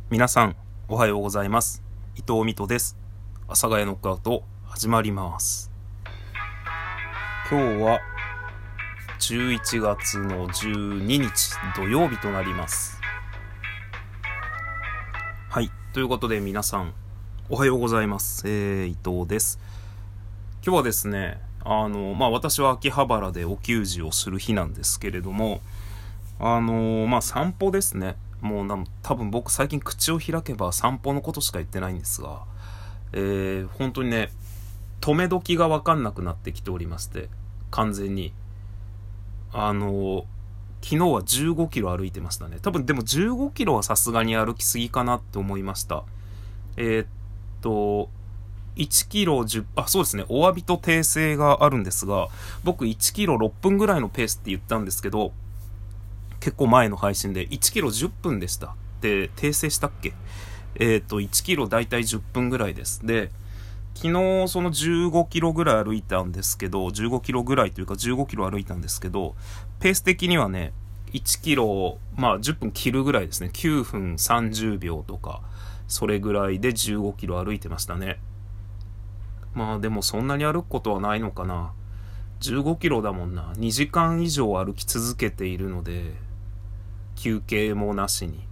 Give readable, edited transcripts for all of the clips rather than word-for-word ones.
皆さんおはようございます。伊藤美斗です。阿佐ヶ谷ノックアウト始まります。今日は11月の12日土曜日となります。はい、ということで皆さんおはようございます。伊藤です。今日はですね、私は秋葉原でお給仕をする日なんですけれども、散歩ですね。もう多分僕最近口を開けば散歩のことしか言ってないんですが、本当にね、止め時が分かんなくなってきておりまして、完全に昨日は15キロ歩いてましたね。多分でも15キロはさすがに歩きすぎかなって思いました。1キロ10、そうですね、お詫びと訂正があるんですが、僕1キロ6分ぐらいのペースって言ったんですけど、結構前の配信で1キロ10分でしたって訂正したっけ。1キロだいたい10分ぐらいです。で、昨日その15キロぐらい歩いたんですけど、15キロぐらいというか15キロ歩いたんですけど、ペース的にはね、1キロ、10分切るぐらいですね。9分30秒とか、それぐらいで15キロ歩いてましたね。でもそんなに歩くことはないのかな。15キロだもんな。2時間以上歩き続けているので、休憩もなしに。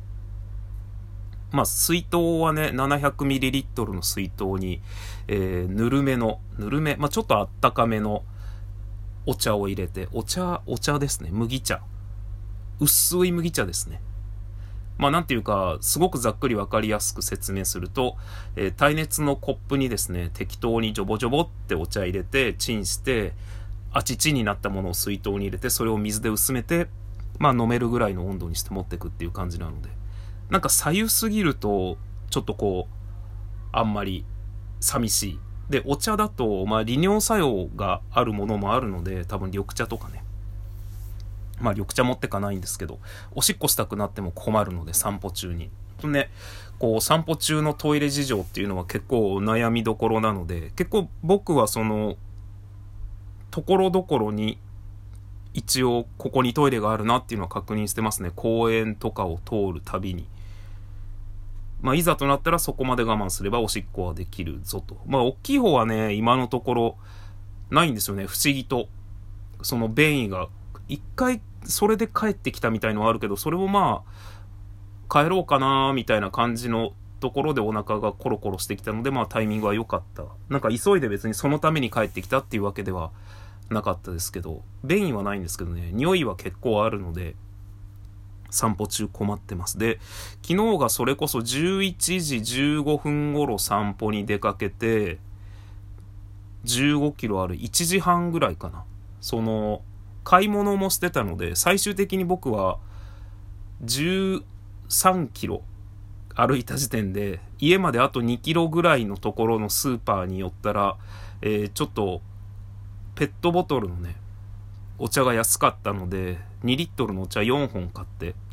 水筒はね、700ml の水筒に、ぬるめ、ちょっとあったかめのお茶を入れて、お茶ですね。麦茶。薄い麦茶ですね。なんていうか、すごくざっくりわかりやすく説明すると、耐熱のコップにですね、適当にジョボジョボってお茶入れて、チンして、チンになったものを水筒に入れて、それを水で薄めて、飲めるぐらいの温度にして持ってくっていう感じなので、なんか左右すぎるとちょっとあんまり寂しい。で、お茶だと利尿作用があるものもあるので、多分緑茶とかね、緑茶持ってかないんですけど、おしっこしたくなっても困るので、散歩中にね、散歩中のトイレ事情っていうのは結構悩みどころなので、結構僕はそのところどころに一応ここにトイレがあるなっていうのは確認してますね。公園とかを通るたびに。いざとなったらそこまで我慢すればおしっこはできるぞと。大きい方はね、今のところないんですよね。不思議と。その便意が、一回それで帰ってきたみたいのはあるけど、それも帰ろうかなみたいな感じのところでお腹がコロコロしてきたので、タイミングは良かった。なんか急いで別にそのために帰ってきたっていうわけではなかったですけど、便意はないんですけどね、匂いは結構あるので、散歩中困ってます。で、昨日がそれこそ11時15分頃散歩に出かけて、15キロある1時半ぐらいかな。買い物もしてたので、最終的に僕は13キロ歩いた時点で、家まであと2キロぐらいのところのスーパーに寄ったら、ちょっとペットボトルのね、お茶が安かったので、2リットルのお茶3本買って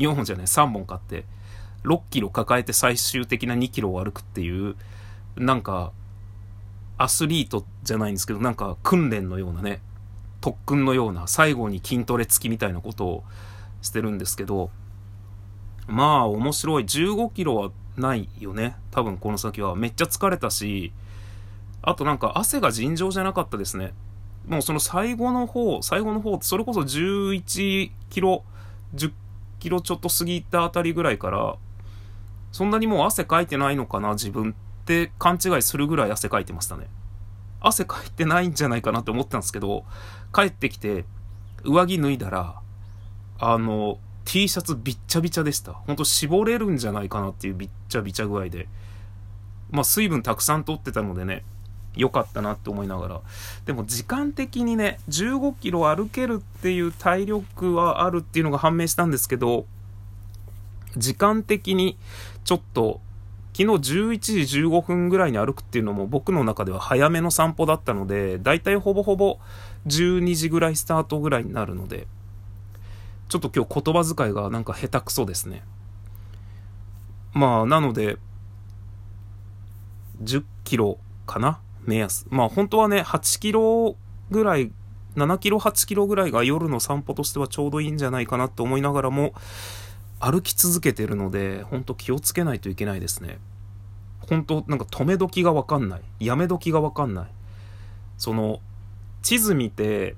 、6キロ抱えて最終的な2キロを歩くっていう、なんか、アスリートじゃないんですけど、なんか訓練のようなね、特訓のような、最後に筋トレ付きみたいなことをしてるんですけど、面白い。15キロはないよね。多分この先は。めっちゃ疲れたし、あとなんか汗が尋常じゃなかったですね。もうその最後の方、それこそ11キロ、10キロちょっと過ぎたあたりぐらいから、そんなにもう汗かいてないのかな、自分って勘違いするぐらい汗かいてましたね。汗かいてないんじゃないかなって思ったんですけど、帰ってきて、上着脱いだら、T シャツびっちゃびちゃでした。ほんと絞れるんじゃないかなっていうびっちゃびちゃ具合で。水分たくさん取ってたのでね、良かったなって思いながら。でも時間的にね、15キロ歩けるっていう体力はあるっていうのが判明したんですけど、時間的にちょっと、昨日11時15分ぐらいに歩くっていうのも僕の中では早めの散歩だったので、だいたいほぼほぼ12時ぐらいスタートぐらいになるので、ちょっと今日言葉遣いがなんか下手くそですね。なので、10キロかな目安。本当はね、8キロぐらい、7キロ、8キロぐらいが夜の散歩としてはちょうどいいんじゃないかなと思いながらも、 歩き続けてるので、ほんと気をつけないといけないですね。ほんとなんか止め時がわかんない。やめ時がわかんない。地図見て、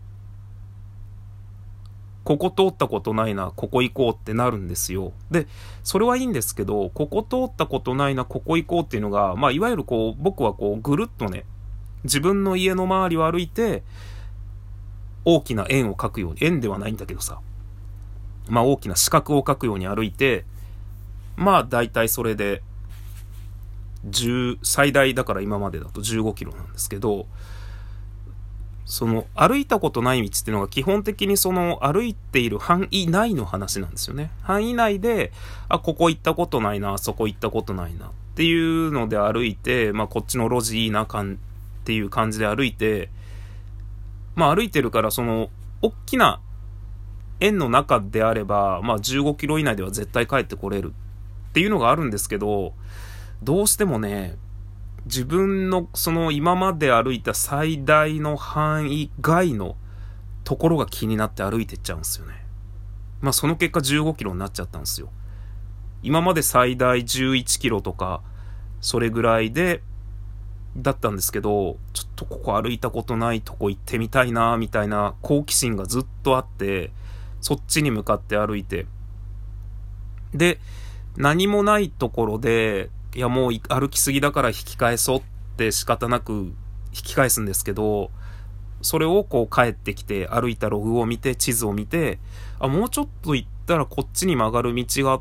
ここ通ったことないな、ここ行こうってなるんですよ。で、それはいいんですけど、ここ通ったことないな、ここ行こうっていうのが、いわゆる僕はぐるっとね、自分の家の周りを歩いて、大きな円を描くように、円ではないんだけどさ、大きな四角を描くように歩いて、だいたいそれで、最大だから今までだと15キロなんですけど、歩いたことない道っていうのが基本的に歩いている範囲内の話なんですよね。範囲内で、ここ行ったことないな、そこ行ったことないなっていうので歩いて、こっちの路地いいなっていう感じで歩いて、歩いてるから大きな円の中であれば、15キロ以内では絶対帰ってこれるっていうのがあるんですけど、どうしてもね、自分の今まで歩いた最大の範囲外のところが気になって歩いてっちゃうんですよね。その結果15キロになっちゃったんですよ。今まで最大11キロとかそれぐらいだったんですけど、ちょっとここ歩いたことないとこ行ってみたいなみたいな好奇心がずっとあって、そっちに向かって歩いて、で何もないところで、いやもう歩きすぎだから引き返そうって仕方なく引き返すんですけど、それを帰ってきて歩いたログを見て、地図を見て、もうちょっと行ったらこっちに曲がる道があって、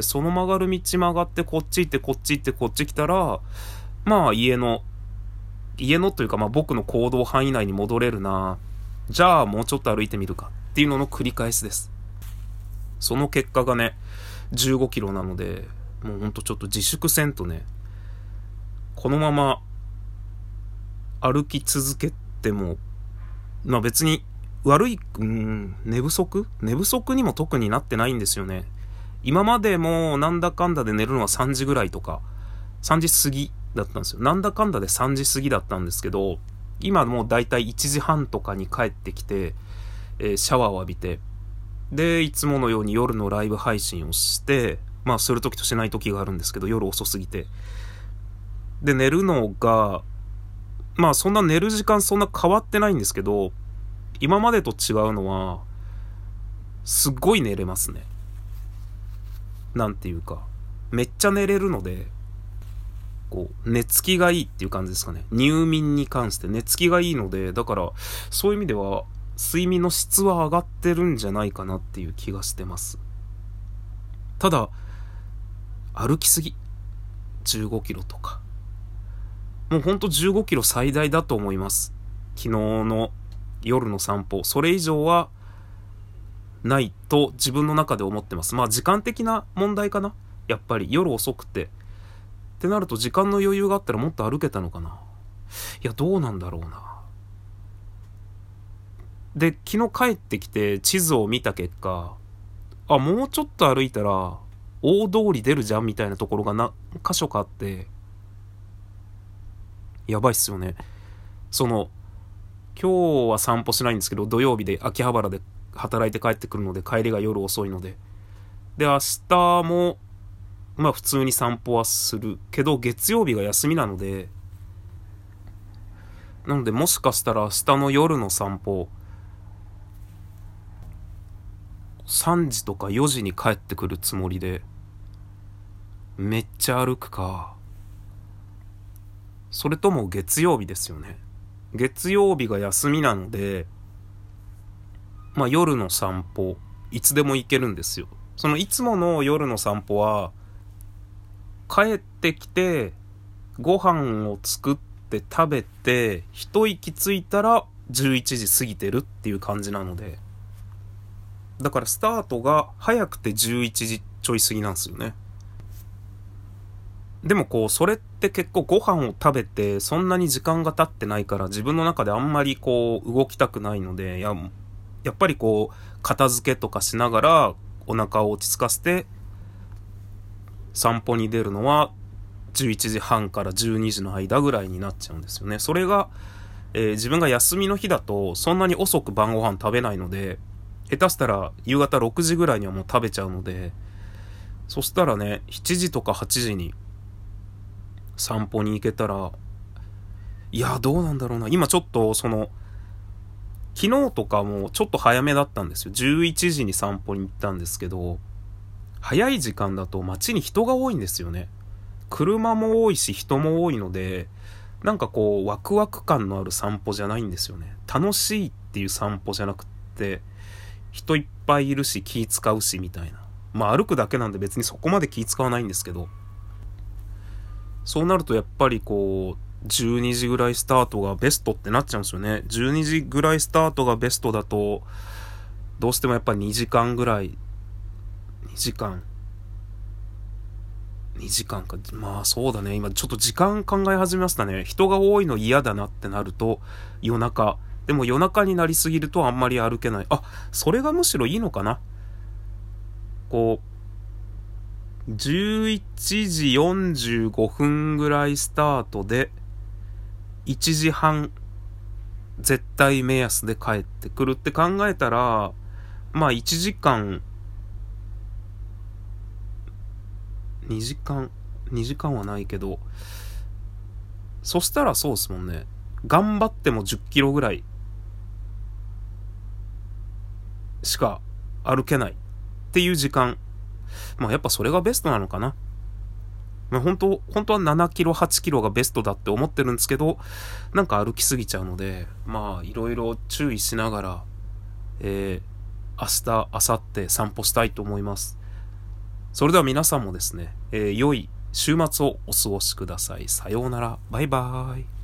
その曲がる道曲がってこっち行ってこっち行ってこっち来たら、家のというか僕の行動範囲内に戻れるな、じゃあもうちょっと歩いてみるかっていうのの繰り返しです。その結果がね15キロなので、もうほんとちょっと自粛せんとね、このまま歩き続けても別に悪い寝不足にも特になってないんですよね。今までもなんだかんだで寝るのは3時ぐらいとか3時過ぎだったんですよ。なんだかんだで3時過ぎだったんですけど、今もうだいたい1時半とかに帰ってきて、シャワーを浴びて、でいつものように夜のライブ配信をして、する時としない時があるんですけど、夜遅すぎて、で寝るのがそんな寝る時間そんな変わってないんですけど、今までと違うのはすっごい寝れますね。なんていうかめっちゃ寝れるので、寝つきがいいっていう感じですかね。入眠に関して寝つきがいいので、だからそういう意味では睡眠の質は上がってるんじゃないかなっていう気がしてます。ただ歩きすぎ、15キロとかもうほんと15キロ最大だと思います。昨日の夜の散歩、それ以上はないと自分の中で思ってます。時間的な問題かな。やっぱり夜遅くてってなると、時間の余裕があったらもっと歩けたのかな。いやどうなんだろうな。で昨日帰ってきて地図を見た結果、もうちょっと歩いたら大通り出るじゃんみたいなところが何箇所かあって、やばいっすよね。今日は散歩しないんですけど、土曜日で秋葉原で働いて帰ってくるので、帰りが夜遅いので、で明日も普通に散歩はするけど、月曜日が休みなので、もしかしたら明日の夜の散歩3時とか4時に帰ってくるつもりで、めっちゃ歩くか、それとも月曜日ですよね。月曜日が休みなので、夜の散歩いつでも行けるんですよ。いつもの夜の散歩は帰ってきてご飯を作って食べて一息ついたら11時過ぎてるっていう感じなので、だからスタートが早くて11時ちょい過ぎなんですよね。でもそれって結構ご飯を食べてそんなに時間が経ってないから、自分の中であんまり動きたくないので、やっぱり片付けとかしながらお腹を落ち着かせて散歩に出るのは11時半から12時の間ぐらいになっちゃうんですよね。それが、自分が休みの日だとそんなに遅く晩ご飯食べないので、下手したら夕方6時ぐらいにはもう食べちゃうので、 そしたらね、7時とか8時に散歩に行けたら、いや、どうなんだろうな。今ちょっと昨日とかもちょっと早めだったんですよ。11時に散歩に行ったんですけど、早い時間だと街に人が多いんですよね。車も多いし人も多いので、なんかこうワクワク感のある散歩じゃないんですよね。楽しいっていう散歩じゃなくって、人いっぱいいるし気使うしみたいな。まあ歩くだけなんで別にそこまで気使わないんですけど、そうなるとやっぱりこう12時ぐらいスタートがベストってなっちゃうんですよね。12時ぐらいスタートがベストだと、どうしてもやっぱり2時間ぐらい、2時間か。まあそうだね。今ちょっと時間考え始めましたね。人が多いの嫌だなってなると夜中。でも夜中になりすぎるとあんまり歩けない。あ、それがむしろいいのかな。こう、11時45分ぐらいスタートで、1時半絶対目安で帰ってくるって考えたら、まあ1時間、2時間はないけど、そしたらそうですもんね。頑張っても10キロぐらいしか歩けないっていう時間。まあやっぱそれがベストなのかな。まあ本当は7キロ、8キロがベストだって思ってるんですけど、なんか歩きすぎちゃうので、まあいろいろ注意しながら、明日、明後日散歩したいと思います。それでは皆さんもですね、良い週末をお過ごしください。さようなら。バイバーイ。